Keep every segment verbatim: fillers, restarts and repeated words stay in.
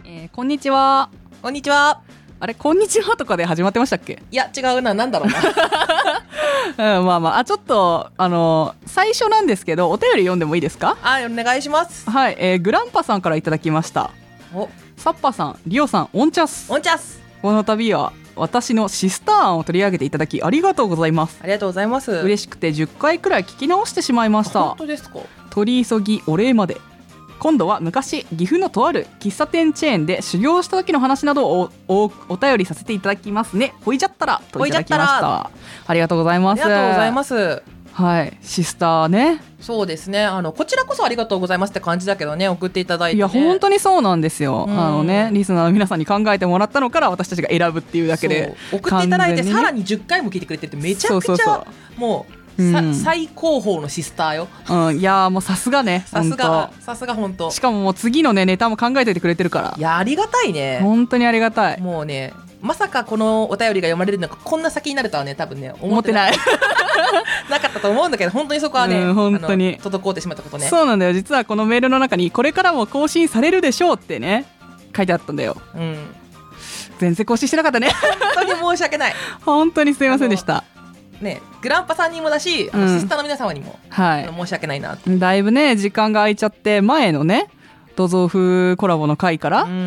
えー、こんにちは。 こんにちは。 あれ、こんにちはとかで始まってましたっけ？ いや違うな、なんだろうな、うん、まあまあ、あちょっとあのー、最初なんですけどお便り読んでもいいですか？ あ、お願いします。 はい、えー、グランパさんからいただきました。 お、 サッパさん、リオさん、オンチャス。 オンチャス。 この度は私のシスター案を取り上げていただきありがとうございます。 ありがとうございます。 嬉しくてじゅっかいくらい聞き直してしまいました。 本当ですか？ 取り急ぎお礼まで。今度は昔岐阜のとある喫茶店チェーンで修行した時の話などを お, お, お便りさせていただきますね。ほいじゃったらといただきました。ありがとうございます。 ありがとうございます。 はい、シスターね。 そうですね、あのこちらこそありがとうございますって感じだけどね、送っていただいて、ね、 いや本当にそうなんですよ、 うん、 あのね、リスナーの皆さんに考えてもらったのから私たちが選ぶっていうだけで、 送っていただいてさらにじゅっかいも聞いてくれてて、めちゃくちゃそうそうそうもううん、最高峰のシスターよ、 うん、いやもうさすがね、 さすがさすが本当。 しかももう次のねネタも考えておいてくれてるから、 いやありがたいね、 本当にありがたい。もうね、まさかこのお便りが読まれるのがこんな先になるとはね、多分ね思ってないなかったと思うんだけど、本当にそこはね、 うん、本当に滞ってしまったことね。 そうなんだよ、実はこのメールの中にこれからも更新されるでしょうってね書いてあったんだよ、うん、全然更新してなかったね本当に申し訳ない本当にすいませんでした。 ね、グランパさんにもだし、あのシスターの皆様にも、はい、申し訳ないなって。 だいぶね時間が空いちゃって、前のね土蔵風コラボの回から、うん、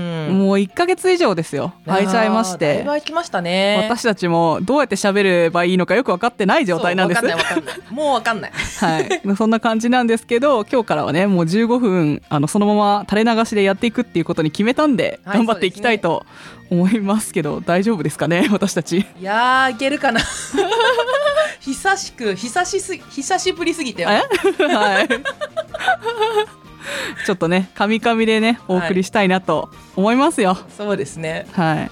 もういっかげつ以上ですよ、空いちゃいまして。 だいぶ空きましたね。 私たちもどうやって喋ればいいのかよく分かってない状態なんです。 分かんない分かんないもう分かんない、 はい、そんな感じなんですけど、今日からはねもうじゅうごふんあのそのまま垂れ流しでやっていくっていうことに決めたんで、はい、頑張っていきたいと思いますけど、大丈夫ですかね私たち。 いやーいけるかな久しく久しす久しぶりすぎてよはいちょっとねカミカミでねお送りしたいなと思いますよ、はい、 そうですね、 はい、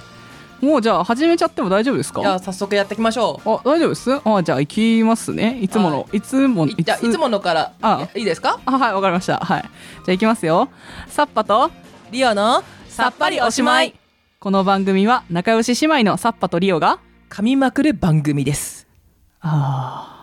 もうじゃあ始めちゃっても大丈夫ですか？ じゃあ早速やっていきましょう。 あ、大丈夫です。あ、じゃあいきますね。いつもの、はい、いつもいつ, いつものからあいいですか？ あ、はい、わかりました。はい、じゃあいきますよ。サッパとリオのさっぱりおしまい。 この番組は仲良し姉妹のサッパとリオが噛みまくる番組です。 あ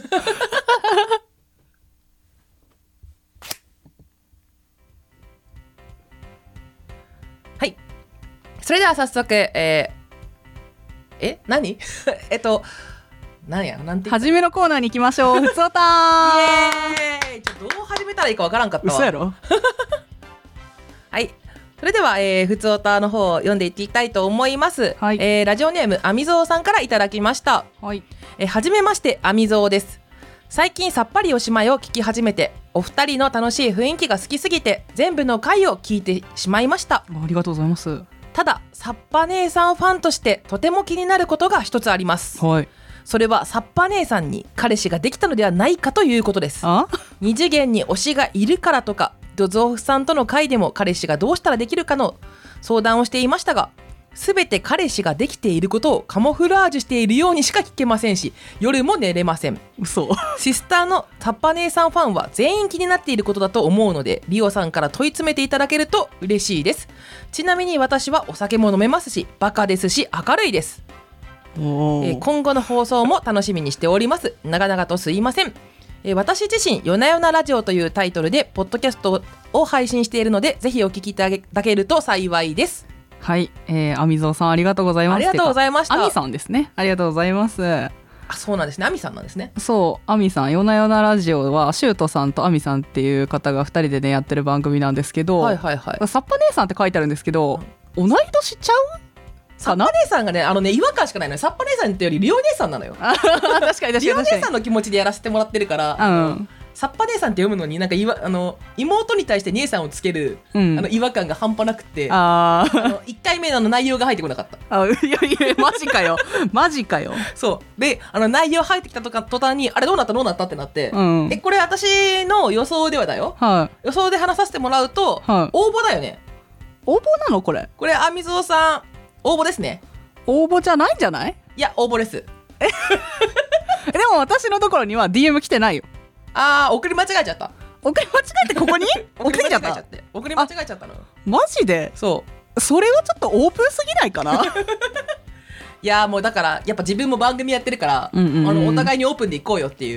はい、それでは早速、えー、え何えっと何やなんて初めのコーナーに行きましょう。ふつおたーイエーイ。ちょっとどう始めたらいいかわからんかったわ。 嘘やろはい、それでは、えー、ふつおたの方を読んでいきたいと思います、はい。えー、ラジオネームあみぞうさんからいただきました、はい。えー、はじめましてあみぞうです。最近さっぱりおしまいを聞き始めて、お二人の楽しい雰囲気が好きすぎて全部の回を聞いてしまいました。 ありがとうございます。 ただサッパ姉さんファンとしてとても気になることが一つあります、はい。それはサッパ姉さんに彼氏ができたのではないかということです。あ二次元に推しがいるからとか、ドゾフさんとの回でも彼氏がどうしたらできるかの相談をしていましたが、すべて彼氏ができていることをカモフラージュしているようにしか聞けませんし、夜も寝れません。 嘘。 シスターのサッパ姉さんファンは全員気になっていることだと思うので、リオさんから問い詰めていただけると嬉しいです。ちなみに私はお酒も飲めますし、バカですし明るいです。えー、今後の放送も楽しみにしております。長々とすいません。えー、私自身夜な夜なラジオというタイトルでポッドキャストを配信しているので、ぜひお聞きいただけると幸いです。 はい、えー、あみぞうさんありがとうございます。 ありがとうございました。 あみさんですね。ありがとうございます。 あ、そうなんですね。あみさんなんですね。 そう、あみさん、夜な夜なラジオはシュートさんとあみさんっていう方がふたりでねやってる番組なんですけど、はいはいはい、サッパ姉さんって書いてあるんですけど、うん、同い年ちゃうサッパ姉さんがね、あのね違和感しかないのよ。サッパ姉さんってよりリオ姉さんなのよ。 確かに確かに。 リオ姉さんの気持ちでやらせてもらってるから、うん、サッパ姉さんって読むのになんかいわあの妹に対して姉さんをつける、うん、あの違和感が半端なくて、ああのいっかいめの内容が入ってこなかった。 あ、いやいやマジかよマジかよ。 そうで、あの内容入ってきたとか途端にあれどうなったどうなったってなって、うん、えこれ私の予想ではだよ、はい、予想で話させてもらうと、はい、応募だよね。 応募なのこれ？ これあみぞうさん応募ですね。 応募じゃないんじゃない？ いや応募です。 えでも私のところには ディーエム 来てないよ。 あー、送り間違えちゃった。 送り間違えてここに送り間違えちゃって送り間違えちゃったの。 マジで？ そうそれはちょっとオープンすぎないかないやもうだからやっぱ自分も番組やってるから、うんうんうん、あのお互いにオープンでいこうよっていう。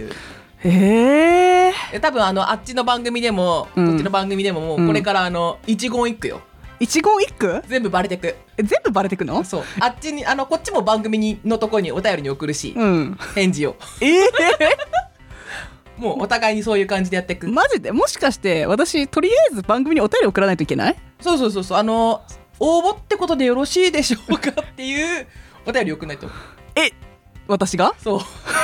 へえ。 多分あのあっちの番組でも、うん、こっちの番組でももうこれからあの、うん、一言一句よ。 一言一句全部バレてく。 え全部バレてくの？ そう、あっちにあのこっちも番組にのとこにお便りに送るし、 うん、 返事をえー、 もうお互いにそういう感じでやっていく。 マジで？もしかして私とりあえず番組にお便り送らないといけない？ そうそうそうそう、あの応募ってことでよろしいでしょうかっていうお便り送んないと。 え私が？ そう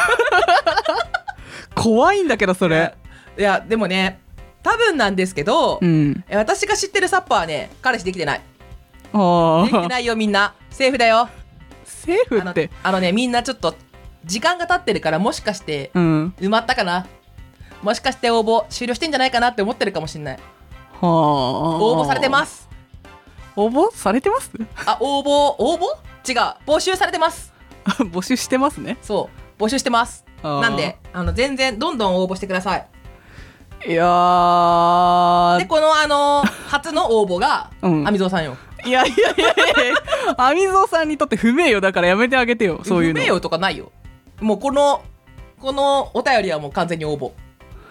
怖いんだけどそれ。 いやでもね、多分なんですけど、 うん、 私が知ってるサッパーはね、彼氏できてない。 あできてないよ、みんなセーフだよ。 セーフってあの、あのね、みんなちょっと時間が経ってるから、もしかして埋まったかな、うん、もしかして応募終了してんじゃないかなって思ってるかもしれない。 はあ、 応募されてます。 応募されてます？ あ、応募応募違う、募集されてます。 募集してますね。 そう募集してます。なんであの全然どんどん応募してください。いやー、でこのあのー、初の応募があみぞうさんよ。 いやいやいやいや、あみぞうさんにとって不名誉だからやめてあげてよ。そういうの不名誉とかないよ。もうこのこのお便りはもう完全に応募。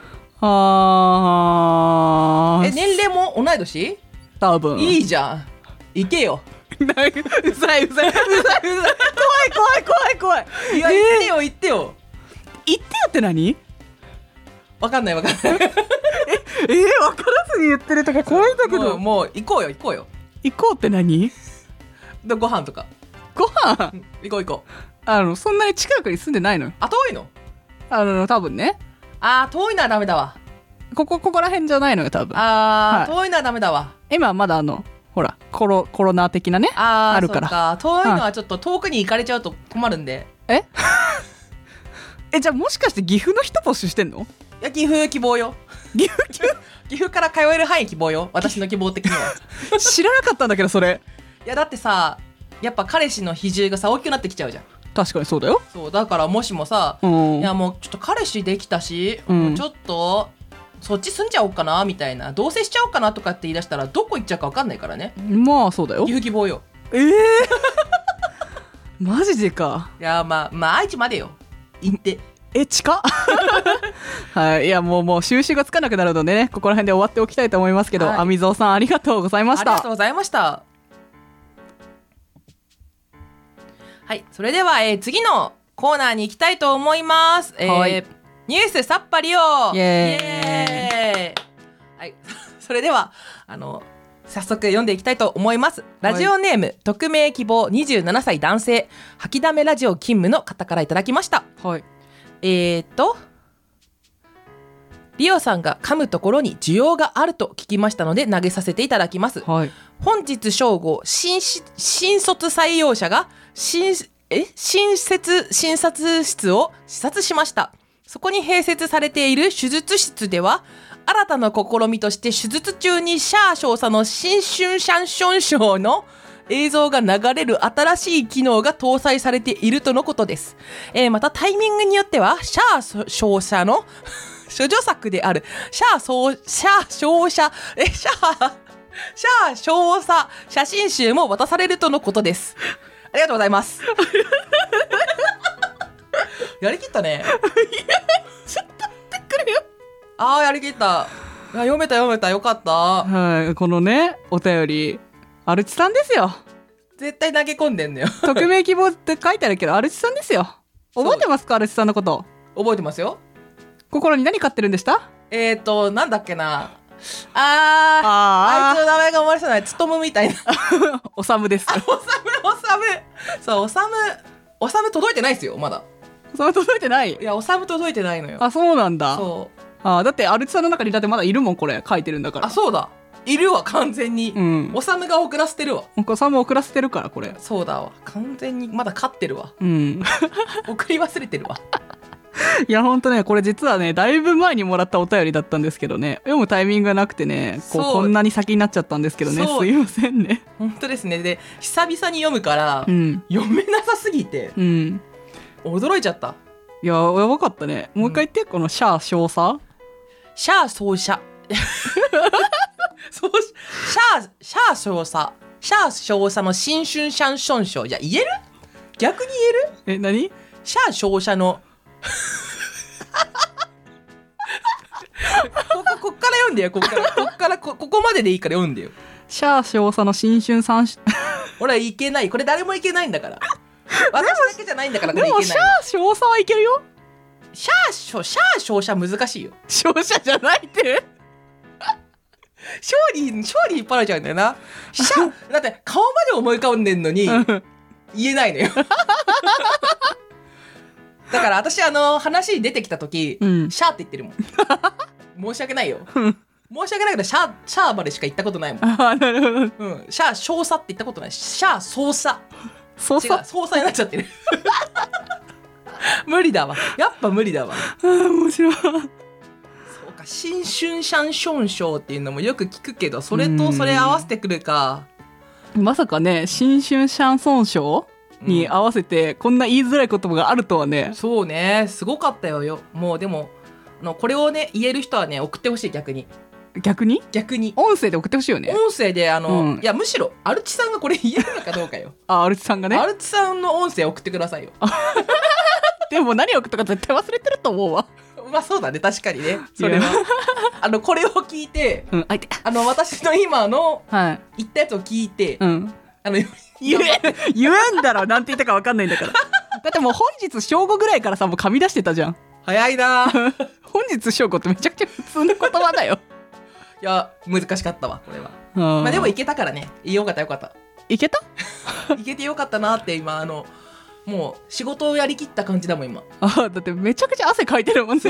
あー、え、年齢も同い年？多分。いいじゃん、行けよ。うざいうざいうざいうざい、怖い怖い怖い怖い。いや、言ってよ言ってよ言ってよって何？ わかんないわかんない。え、 えー、分からずに言ってるとか怖いんだけど。 もう、もう行こうよ行こうよ。 行こうって何？ でご飯とか。 ご飯、うん、 行こう行こう。 あのそんなに近くに住んでないのよ。 あ、遠いの？ あの多分ね。 あー、遠いのはダメだわ。 ここここら辺じゃないのよ多分。 あー、はい、遠いのはダメだわ。 今まだあのほらコロコロナ的なね、あ, あるから。 そうか、遠いのはちょっと遠くに行かれちゃうと困るんで。 ええ、じゃあもしかして岐阜の人募集してんの？ いや、岐阜希望よ。岐阜岐阜岐阜から通える範囲希望よ、私の希望的には。 知らなかったんだけどそれ。 いやだってさ、やっぱ彼氏の比重がさ大きくなってきちゃうじゃん。 確かにそうだよ。 そうだからもしもさ、うん、いやもうちょっと彼氏できたし、うん、もうちょっとそっち住んじゃおうかなみたいな、同棲しちゃおうかなとかって言い出したらどこ行っちゃうか分かんないからね。 まあそうだよ。 岐阜希望よ。 えー、マジでか。 いやまあまあ愛知までよ行って。 え、近っ。はい、いやもうもう収拾がつかなくなるのでね、ここら辺で終わっておきたいと思いますけど、あみぞうさんありがとうございました。 ありがとうございました。はい、それでは、えー、次のコーナーに行きたいと思います。えーはい、ニュースさっぱりをイエーイ。はい、それではあの早速読んでいきたいと思います。ラジオネーム、はい、匿名希望にじゅうななさい男性、吐きだめラジオ勤務の方からいただきました。はい、えーとリオさんが噛むところに需要があると聞きましたので投げさせていただきます。はい、本日正午、新, 新卒採用者が新え新設診察室を視察しました。そこに併設されている手術室では、新たな試みとして手術中にシャー少佐の新春シャンションショーの映像が流れる新しい機能が搭載されているとのことです。えー、またタイミングによってはシャー少佐の処女作であるシャー少シャー少佐えシャーシャー少佐写真集も渡されるとのことです。ありがとうございます。やりきったね。いやちょっと待ってくれよ。 あー、やりきった。いや読めた読めた、よかった。 はい、このねお便りアルチさんですよ。 絶対投げ込んでんのよ。 匿名希望って書いてあるけどアルチさんですよ。覚えてますか？アルチさんのこと。 覚えてますよ。 心に何飼ってるんでした？ えーとなんだっけなあーああいつの名前が思い出せない。つとむみたいな。 おさむです。 おさむおさむそうおさむおさむ届いてないですよまだ。 おさむ届いてない。 いやおさむ届いてないのよ。 あ、そうなんだ。 そうあ、だってアルチさんの中にだってまだいるもん、これ書いてるんだから。 あ、そうだ、いるわ完全に、うん、おさむが送らせてるわ。 おさむ送らせてるからこれ。 そうだわ、完全にまだ飼ってるわ。 うん送り忘れてるわ。 いやほんとね、これ実はねだいぶ前にもらったお便りだったんですけどね、読むタイミングがなくてね、こうこんなに先になっちゃったんですけどね、すいませんね。 ほんとですね。で久々に読むから、うん、読めなさすぎて、うん、驚いちゃった。いややばかったね。もう一回言って、うん、このシャー少佐シャー少佐そうシャーシャー少佐シャー少佐の新春シャンションショー。じゃ言える？逆に言える？え、何？シャー少佐のこここっから読んでよ。こっからこっからこここまででいいから読んでよ。 シャア少佐の新春三種俺はいけない。これ誰もいけないんだから。私だけじゃないんだから。こでれいけない。 もシャア少佐はいけるよ。 シャアショシャア勝者難しいよ。 勝者じゃないって勝利勝利引っ張られちゃうんだよな。シャアだって顔まで思い浮かんでんのに言えないのよ。だから私あの話に出てきた時、うん、シャーって言ってるもん。申し訳ないよ。申し訳ないけどシャーシャーまでしか言ったことないもん。 あ、なるほど。 うん、シャー少佐って言ったことない。シャー操作操作操作になっちゃってる。無理だわ。やっぱ無理だわ。 あ、面白い。 そうか、新春シャンションショーっていうのもよく聞くけど、それとそれ合わせてくるか。 まさかね、新春シャンソンショーに合わせてこんな言いづらい言葉があるとはね、 うん、そうね、すごかったよよ。もうでものこれをね言える人はね送ってほしい。逆に逆に逆に音声で送ってほしいよね。 音声であの、うん、いやむしろアルチさんがこれ言えるのかどうかよ。 あ、アルチさんがね、 アルチさんの音声送ってくださいよ。 でも何を送ったか絶対忘れてると思うわ。 まあそうだね、確かにね。それはあのこれを聞いて、 うん、あ, あの私の今の言ったやつを聞いて、 はい、うん、 あの言え言えんだろ、なんて言ったか分かんないんだから。だってもう本日正午ぐらいからさ、もう噛み出してたじゃん。 早いな。 本日正午ってめちゃくちゃ普通の言葉だよ。 いや難しかったわこれは。まあでもいけたからね。よかったよかった。 いけたいけてよかったなって今あのもう仕事をやりきった感じだもん今。 あ、だってめちゃくちゃ汗かいてるもんね。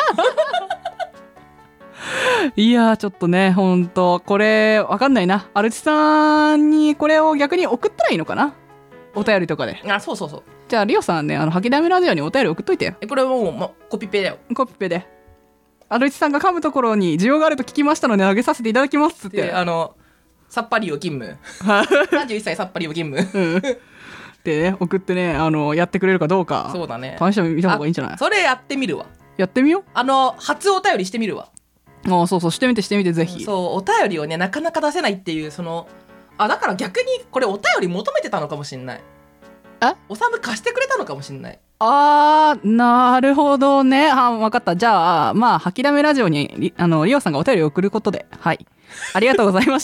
そういやーちょっとね、ほんとこれわかんないな。アルチさんにこれを逆に送ったらいいのかな、お便りとかで。 あ、そうそうそう。 じゃあリオさんね、あの吐きだめラジオにお便り送っといてよ。 えこれはもう、ま、コピペだよ。 コピペでアルチさんが噛むところに需要があると聞きましたので投げさせていただきますって。 あのさっぱりを勤務さんじゅういっさいさっぱりを勤務、うん、 でね送ってね、あのやってくれるかどうか。 そうだね、 試してみた方がいいんじゃない。 それやってみるわ。 やってみよう。 あの初お便りしてみるわ。 ああ、そうそう、してみてしてみてぜひ、 うん、そうお便りをねなかなか出せないっていう、そのあだから逆にこれお便り求めてたのかもしんない。 えおさむ貸してくれたのかもしんない。 あー、なるほどね。あ、分かった。じゃあまあ吐きだめラジオにリあのリオさんがお便りを送ることで、はい、ありがとうございました。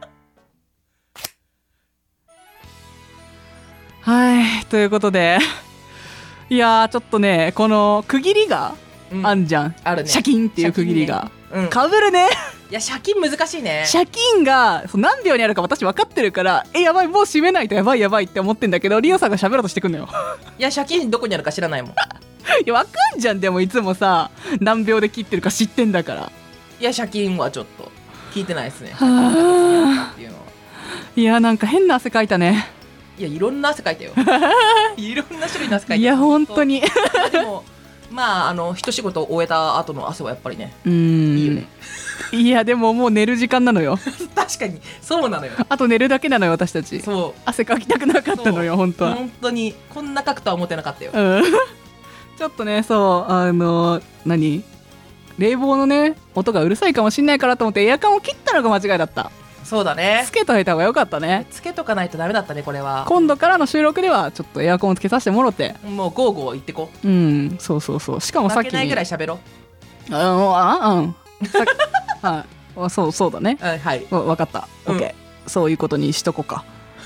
はい、ということでいやーちょっとね、この区切りがあんじゃん、うん、 あるね、 借金っていう区切りが、 ね、うん、 かぶるね。 いや借金難しいね。 借金がそう何秒にあるか私分かってるから、えやばいもう閉めないとやばいやばいって思ってんだけど、リオさんが喋ろうとしてくんのよ。 いや借金どこにあるか知らないもん。いや分かんじゃん。でもいつもさ何秒で切ってるか知ってんだから。 いや借金はちょっと聞いてないですね。はっていうのは。 いやなんか変な汗かいたね。 いやいろんな汗かいたよ。いろんな種類の汗かいた。 いや本当に。 でもまああの一仕事終えた後の汗はやっぱりね、 うーん、いいよね。いやでももう寝る時間なのよ。 確かにそうなのよ。 あと寝るだけなのよ私たち。 そう、 汗かきたくなかったのよ本当は。 本当にこんなかくとは思ってなかったよ。 うん、ちょっとね、そうあの何冷房のね音がうるさいかもしんないからと思ってエアコンを切ったのが間違いだった。 そうだね、 つけといた方がよかったね。 つけとかないとダメだったねこれは。 今度からの収録ではちょっとエアコンをつけさせてもろて、 もうゴーゴー言ってこ。 うん、そうそうそう。しかもさっき負けないぐらい喋ろう。 ああうんさはい、あそうそうだね、 はいはい、 分かった、うん、OK、そういうことにしとこうか。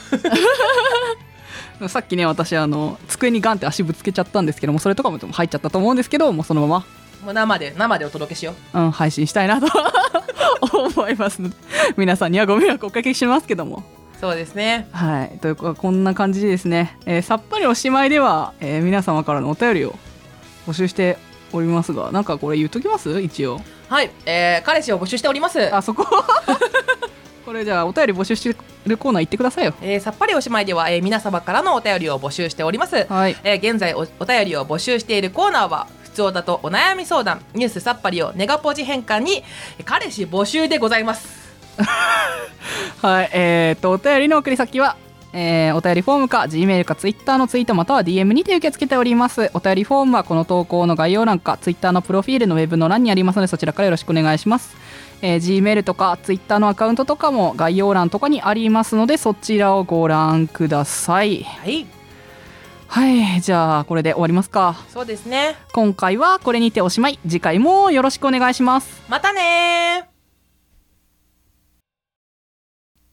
さっきね私あの机にガンって足ぶつけちゃったんですけども、それとかも入っちゃったと思うんですけども、そのままもう生で生でお届けしよう、うん、配信したいなと思いますので、皆さんにはご迷惑をおかけしますけども。 そうですね、 はい、というかこんな感じでですね、えー、さっぱりおしまいでは、えー、皆様からのお便りを募集しておりますが、なんかこれ言っときます？一応はい、えー、彼氏を募集しております。 あそここれじゃあお便り募集してるコーナー行ってくださいよ。 えー、さっぱりおしまいでは、えー、皆様からのお便りを募集しております、 はい、 えー、現在 お, お便りを募集しているコーナーはふつおだとお悩み相談、ニュースさっぱりをネガポジ変換に彼氏募集でございます。 はい、えー、とお便りの送り先は、えー、お便りフォームか Gmail か Twitter のツイートまたは ディーエム にて受け付けております。お便りフォームはこの投稿の概要欄か Twitter のプロフィールのウェブの欄にありますので、そちらからよろしくお願いします。えー、Gmail とか Twitter のアカウントとかも概要欄とかにありますので、そちらをご覧ください。 はいはい、じゃあこれで終わりますか。 そうですね、 今回はこれにておしまい。次回もよろしくお願いします。 またねー。